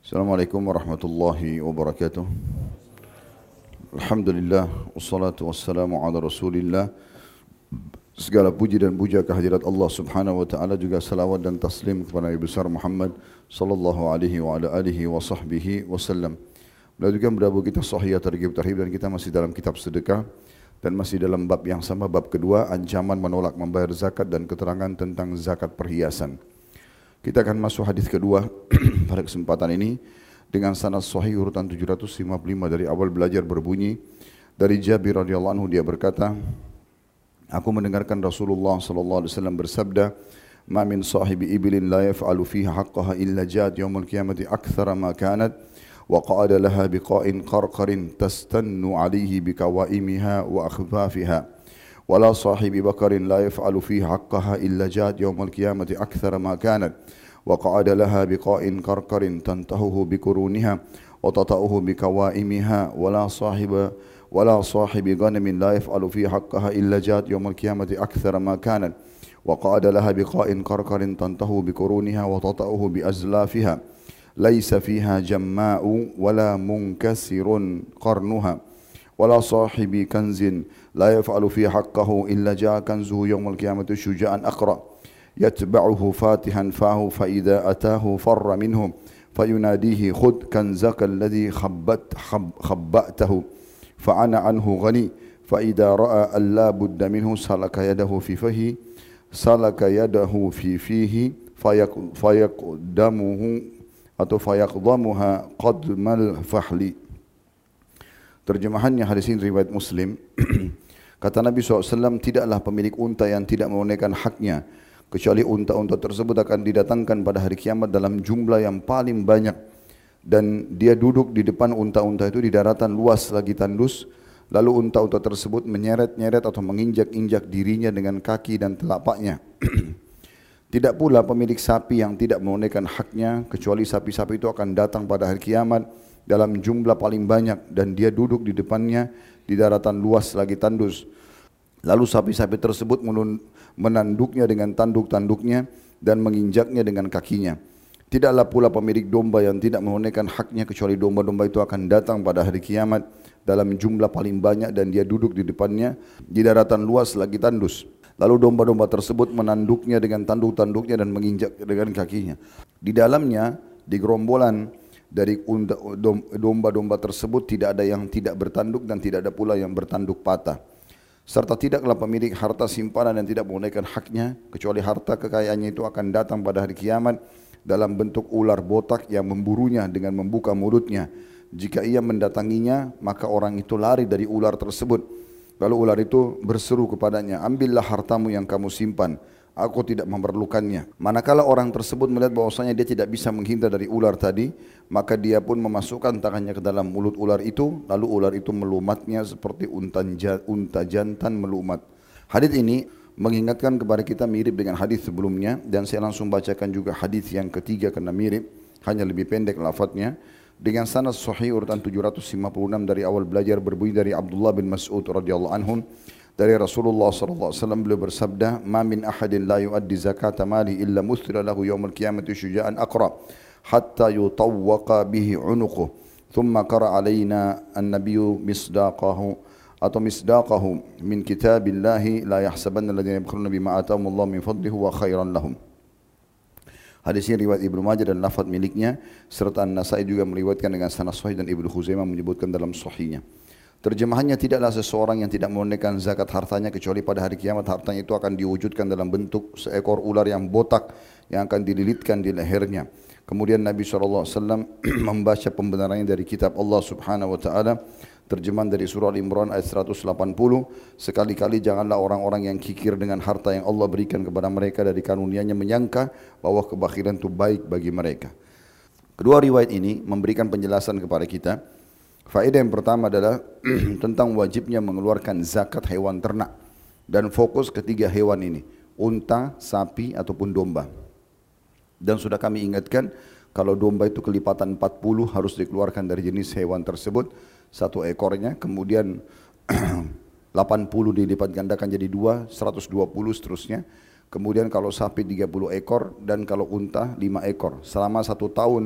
Assalamualaikum warahmatullahi wabarakatuh. Alhamdulillah, wassalatu wassalamu ala rasulillah. Segala puji dan puja kehadirat Allah subhanahu wa ta'ala, juga salawat dan taslim kepada Nabi besar Muhammad sallallahu alaihi wa ala alihi wa sahbihi wasallam. Melanjutkan berabu kita Sahih Targhib Tarhib, dan kita masih dalam kitab sedekah dan masih dalam bab yang sama, bab kedua, ancaman menolak membayar zakat dan keterangan tentang zakat perhiasan. Kita akan masuk hadis kedua pada kesempatan ini dengan sanad sahih urutan 755 dari awal belajar berbunyi dari Jabir radhiyallahu anhu, dia berkata, aku mendengarkan Rasulullah sallallahu alaihi wasallam bersabda, "Ma min sahibi ibilin la yaf'alu fiha haqqaha illa ja'at yaumil qiyamati aktsara ma kanat wa qa'ada laha biqa'in qarqarin tastannu 'alayhi bikawaimiha wa akhfafiha." ولا صاحب بكر لا يفعل فيه حقها إلا جاءت يوم القيامة أكثر ما كانت وقعد لها بقاء كركر تنتهه بقرونها وتطأه بكوائمها ولا صاحب غنم لا يفعل فيه حقها إلا جاءت يوم القيامة أكثر ما كانت وقعد لها بقاء كركر تنتهه بقرونها وتطأه بأزلافها ليس فيها جماء ولا منكسر قرنها ولا صاحب كنز لا يفعل في حقه إلا جاء كنزه يوم القيامة شجاعا أقرأ يتبعه فاتحا فاه فإذا أتاه فر منه فيناديه خذ كنزك الذي خبأته فأنا عنه غني فإذا رأى أن لا بد منه سلك يده في فيه فيقدمه atau فيقضمها قدم الفحل. Terjemahannya, hadis ini riwayat Muslim. Kata Nabi SAW, tidaklah pemilik unta yang tidak menunaikan haknya, kecuali unta-unta tersebut akan didatangkan pada hari kiamat dalam jumlah yang paling banyak. Dan dia duduk di depan unta-unta itu di daratan luas lagi tandus. Lalu unta-unta tersebut menyeret-nyeret atau menginjak-injak dirinya dengan kaki dan telapaknya. Tidak pula pemilik sapi yang tidak menunaikan haknya, kecuali sapi-sapi itu akan datang pada hari kiamat dalam jumlah paling banyak, dan dia duduk di depannya di daratan luas lagi tandus. Lalu sapi-sapi tersebut menanduknya dengan tanduk-tanduknya dan menginjaknya dengan kakinya. Tidaklah pula pemilik domba yang tidak menunaikan haknya, kecuali domba-domba itu akan datang pada hari kiamat dalam jumlah paling banyak, dan dia duduk di depannya di daratan luas lagi tandus. Lalu domba-domba tersebut menanduknya dengan tanduk-tanduknya dan menginjak dengan kakinya. Di dalamnya, di gerombolan dari domba-domba tersebut tidak ada yang tidak bertanduk dan tidak ada pula yang bertanduk patah. Serta tidaklah pemilik harta simpanan yang tidak menunaikan haknya, kecuali harta kekayaannya itu akan datang pada hari kiamat dalam bentuk ular botak yang memburunya dengan membuka mulutnya. Jika ia mendatanginya, maka orang itu lari dari ular tersebut. Lalu ular itu berseru kepadanya, ambillah hartamu yang kamu simpan, aku tidak memerlukannya. Manakala orang tersebut melihat bahwasanya dia tidak bisa menghindar dari ular tadi, maka dia pun memasukkan tangannya ke dalam mulut ular itu, lalu ular itu melumatnya seperti unta jantan melumat. Hadis ini mengingatkan kepada kita mirip dengan hadis sebelumnya, dan saya langsung bacakan juga hadis yang ketiga karena mirip, hanya lebih pendek lafadznya. Dengan sanad sahih urutan 756 dari awal belajar berbunyi dari Abdullah bin Mas'ud radhiyallahu anhu, dari Rasulullah sallallahu alaihi wasallam, beliau bersabda, "Ma min ahadin la yuaddi zakata mali illa musthira lahu yaumil qiyamati syuja'an aqra hatta yutawwaqa bihi 'unuquhu." Thumma qara alaina an-nabiyyu misdaqahu min kitabillahi la yahsabanna alladhina yabkhuluna bima atahumullahu min fadlihi wa khairan lahum. Hadis ini riwayat Ibnu Majah dan lafaz miliknya, serta An-Nasai juga meriwayatkan dengan sanad sahih, dan Ibnu Khuzaimah menyebutkan dalam sahihnya. Terjemahannya, tidaklah seseorang yang tidak menunaikan zakat hartanya, kecuali pada hari kiamat hartanya itu akan diwujudkan dalam bentuk seekor ular yang botak yang akan dililitkan di lehernya. Kemudian Nabi SAW membaca pembenarannya dari kitab Allah Subhanahu wa Ta'ala, terjemahan dari surah Al-Imran ayat 180, sekali-kali janganlah orang-orang yang kikir dengan harta yang Allah berikan kepada mereka dari karunia-Nya menyangka bahwa kebakhiran itu baik bagi mereka. Kedua riwayat ini memberikan penjelasan kepada kita. Faedah yang pertama adalah tentang wajibnya mengeluarkan zakat hewan ternak, dan fokus ketiga hewan ini, unta, sapi ataupun domba. Dan sudah kami ingatkan, kalau domba itu kelipatan 40 harus dikeluarkan dari jenis hewan tersebut satu ekornya, kemudian 80 dilipat gandakan jadi 2, 120 seterusnya. Kemudian kalau sapi 30 ekor, dan kalau unta 5 ekor. Selama 1 tahun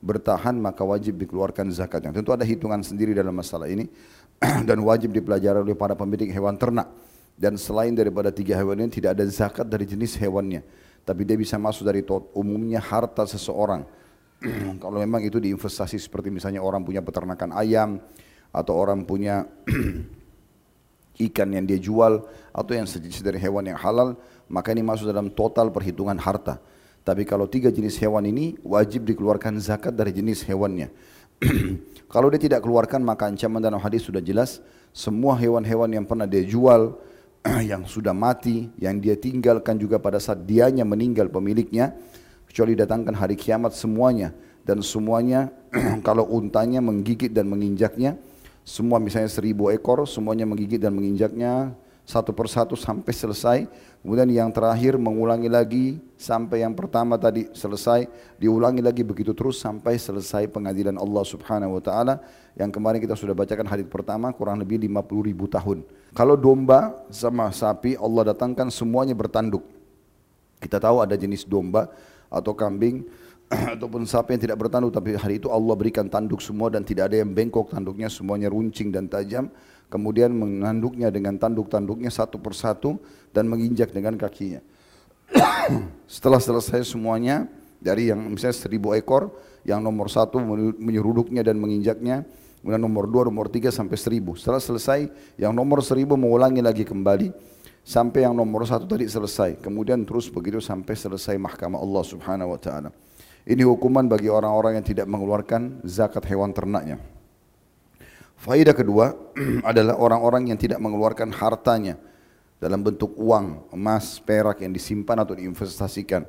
bertahan maka wajib dikeluarkan zakatnya. Tentu ada hitungan sendiri dalam masalah ini dan wajib dipelajari oleh para pemilik hewan ternak. Dan selain daripada 3 hewan ini tidak ada zakat dari jenis hewannya. Tapi dia bisa masuk dari umumnya harta seseorang. Kalau memang itu diinvestasi seperti misalnya orang punya peternakan ayam atau orang punya ikan yang dia jual atau yang sejenis dari hewan yang halal, maka ini masuk dalam total perhitungan harta. Tapi kalau 3 jenis hewan ini wajib dikeluarkan zakat dari jenis hewannya. Kalau dia tidak keluarkan maka ancaman dalam hadis sudah jelas. Semua hewan-hewan yang pernah dia jual, yang sudah mati, yang dia tinggalkan juga pada saat dianya meninggal pemiliknya, kecuali datangkan hari kiamat semuanya. Dan semuanya kalau untanya menggigit dan menginjaknya, semua misalnya 1000 ekor, semuanya menggigit dan menginjaknya satu persatu sampai selesai. Kemudian yang terakhir mengulangi lagi sampai yang pertama tadi selesai, diulangi lagi begitu terus sampai selesai pengadilan Allah Subhanahu wa taala. Yang kemarin kita sudah bacakan hadis pertama kurang lebih 50.000 tahun. Kalau domba sama sapi Allah datangkan semuanya bertanduk. Kita tahu ada jenis domba atau kambing ataupun sapi yang tidak bertanduk, tapi hari itu Allah berikan tanduk semua dan tidak ada yang bengkok tanduknya, semuanya runcing dan tajam. Kemudian menanduknya dengan tanduk-tanduknya satu persatu dan menginjak dengan kakinya. Setelah selesai semuanya dari yang misalnya 1000 ekor, yang nomor 1 menyeruduknya dan menginjaknya, kemudian nomor 2, nomor 3 sampai 1000. Setelah selesai yang nomor 1000 mengulangi lagi kembali sampai yang nomor 1 tadi selesai. Kemudian terus begitu sampai selesai mahkamah Allah Subhanahu wa taala. Ini hukuman bagi orang-orang yang tidak mengeluarkan zakat hewan ternaknya. Faedah kedua adalah orang-orang yang tidak mengeluarkan hartanya dalam bentuk uang, emas, perak yang disimpan atau diinvestasikan.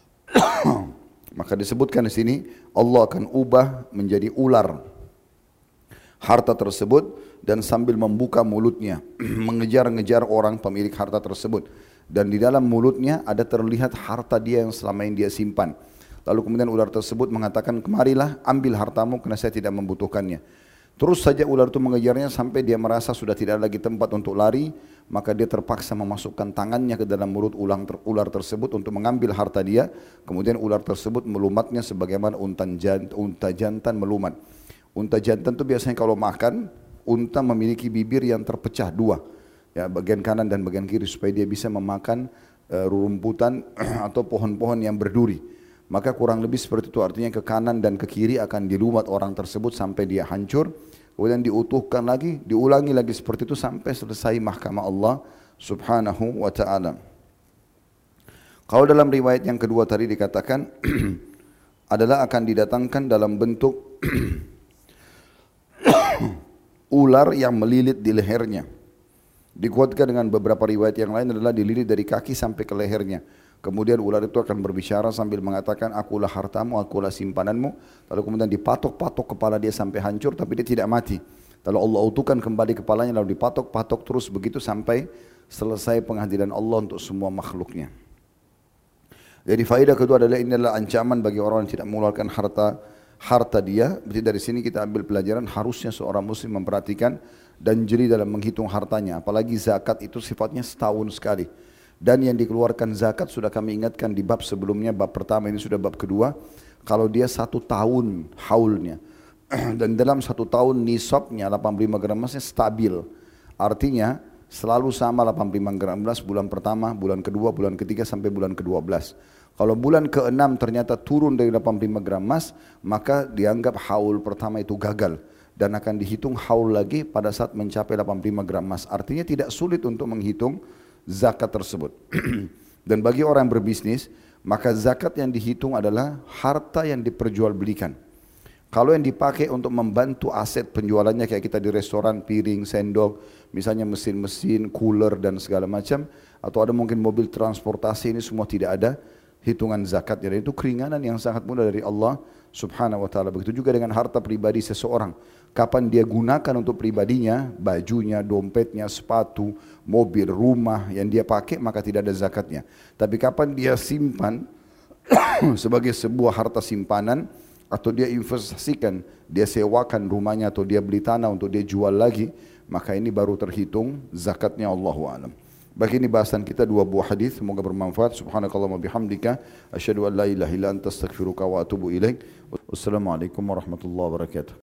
Maka disebutkan di sini Allah akan ubah menjadi ular harta tersebut dan sambil membuka mulutnya mengejar-ngejar orang pemilik harta tersebut, dan di dalam mulutnya ada terlihat harta dia yang selama ini dia simpan. Lalu kemudian ular tersebut mengatakan, kemarilah ambil hartamu karena saya tidak membutuhkannya. Terus saja ular itu mengejarnya sampai dia merasa sudah tidak ada lagi tempat untuk lari, maka dia terpaksa memasukkan tangannya ke dalam mulut ular tersebut untuk mengambil harta dia. Kemudian ular tersebut melumatnya sebagaimana unta jantan melumat. Unta jantan itu biasanya kalau makan, unta memiliki bibir yang terpecah 2, ya, bagian kanan dan bagian kiri supaya dia bisa memakan rerumputan atau pohon-pohon yang berduri. Maka kurang lebih seperti itu, artinya ke kanan dan ke kiri akan dilumat orang tersebut sampai dia hancur. Kemudian diutuhkan lagi, diulangi lagi seperti itu sampai selesai mahkamah Allah Subhanahu wa taala. Kalau dalam riwayat yang kedua tadi dikatakan adalah akan didatangkan dalam bentuk ular yang melilit di lehernya. Dikuatkan dengan beberapa riwayat yang lain adalah dililit dari kaki sampai ke lehernya. Kemudian ular itu akan berbicara sambil mengatakan, akulah hartamu, akulah simpananmu. Lalu kemudian dipatok-patok kepala dia sampai hancur, tapi dia tidak mati. Lalu Allah utuhkan kembali kepalanya, lalu dipatok-patok terus begitu sampai selesai pengadilan Allah untuk semua makhluknya. Jadi faedah kedua adalah ini adalah ancaman bagi orang yang tidak mengeluarkan harta dia. Berarti dari sini kita ambil pelajaran harusnya seorang muslim memperhatikan dan jeli dalam menghitung hartanya. Apalagi zakat itu sifatnya setahun sekali. Dan yang dikeluarkan zakat sudah kami ingatkan di bab sebelumnya, bab pertama, ini sudah bab kedua. Kalau dia 1 tahun haulnya dan dalam 1 tahun nisabnya 85 gram emasnya stabil, artinya selalu sama 85 gram emas bulan pertama, bulan kedua, bulan ketiga sampai bulan ke-12. Kalau bulan ke-6 ternyata turun dari 85 gram emas, maka dianggap haul pertama itu gagal dan akan dihitung haul lagi pada saat mencapai 85 gram emas. Artinya tidak sulit untuk menghitung zakat tersebut. Dan bagi orang yang berbisnis, maka zakat yang dihitung adalah harta yang diperjualbelikan. Kalau yang dipakai untuk membantu aset penjualannya kayak kita di restoran, piring, sendok, misalnya mesin-mesin, cooler dan segala macam, atau ada mungkin mobil transportasi, ini semua tidak ada hitungan zakat. Jadi itu keringanan yang sangat mudah dari Allah Subhanahu wa taala. Begitu juga dengan harta pribadi seseorang. Kapan dia gunakan untuk pribadinya, bajunya, dompetnya, sepatu, mobil, rumah yang dia pakai, maka tidak ada zakatnya. Tapi kapan dia simpan sebagai sebuah harta simpanan, atau dia investasikan, dia sewakan rumahnya atau dia beli tanah untuk dia jual lagi, maka ini baru terhitung zakatnya, Allahu a'lam. Bagi ini bahasan kita dua buah hadis, semoga bermanfaat. Subhanakallahumma bihamdika asyhadu an la ilaha illa anta astaghfiruka wa atubu ilaik. Wassalamualaikum warahmatullahi wabarakatuh.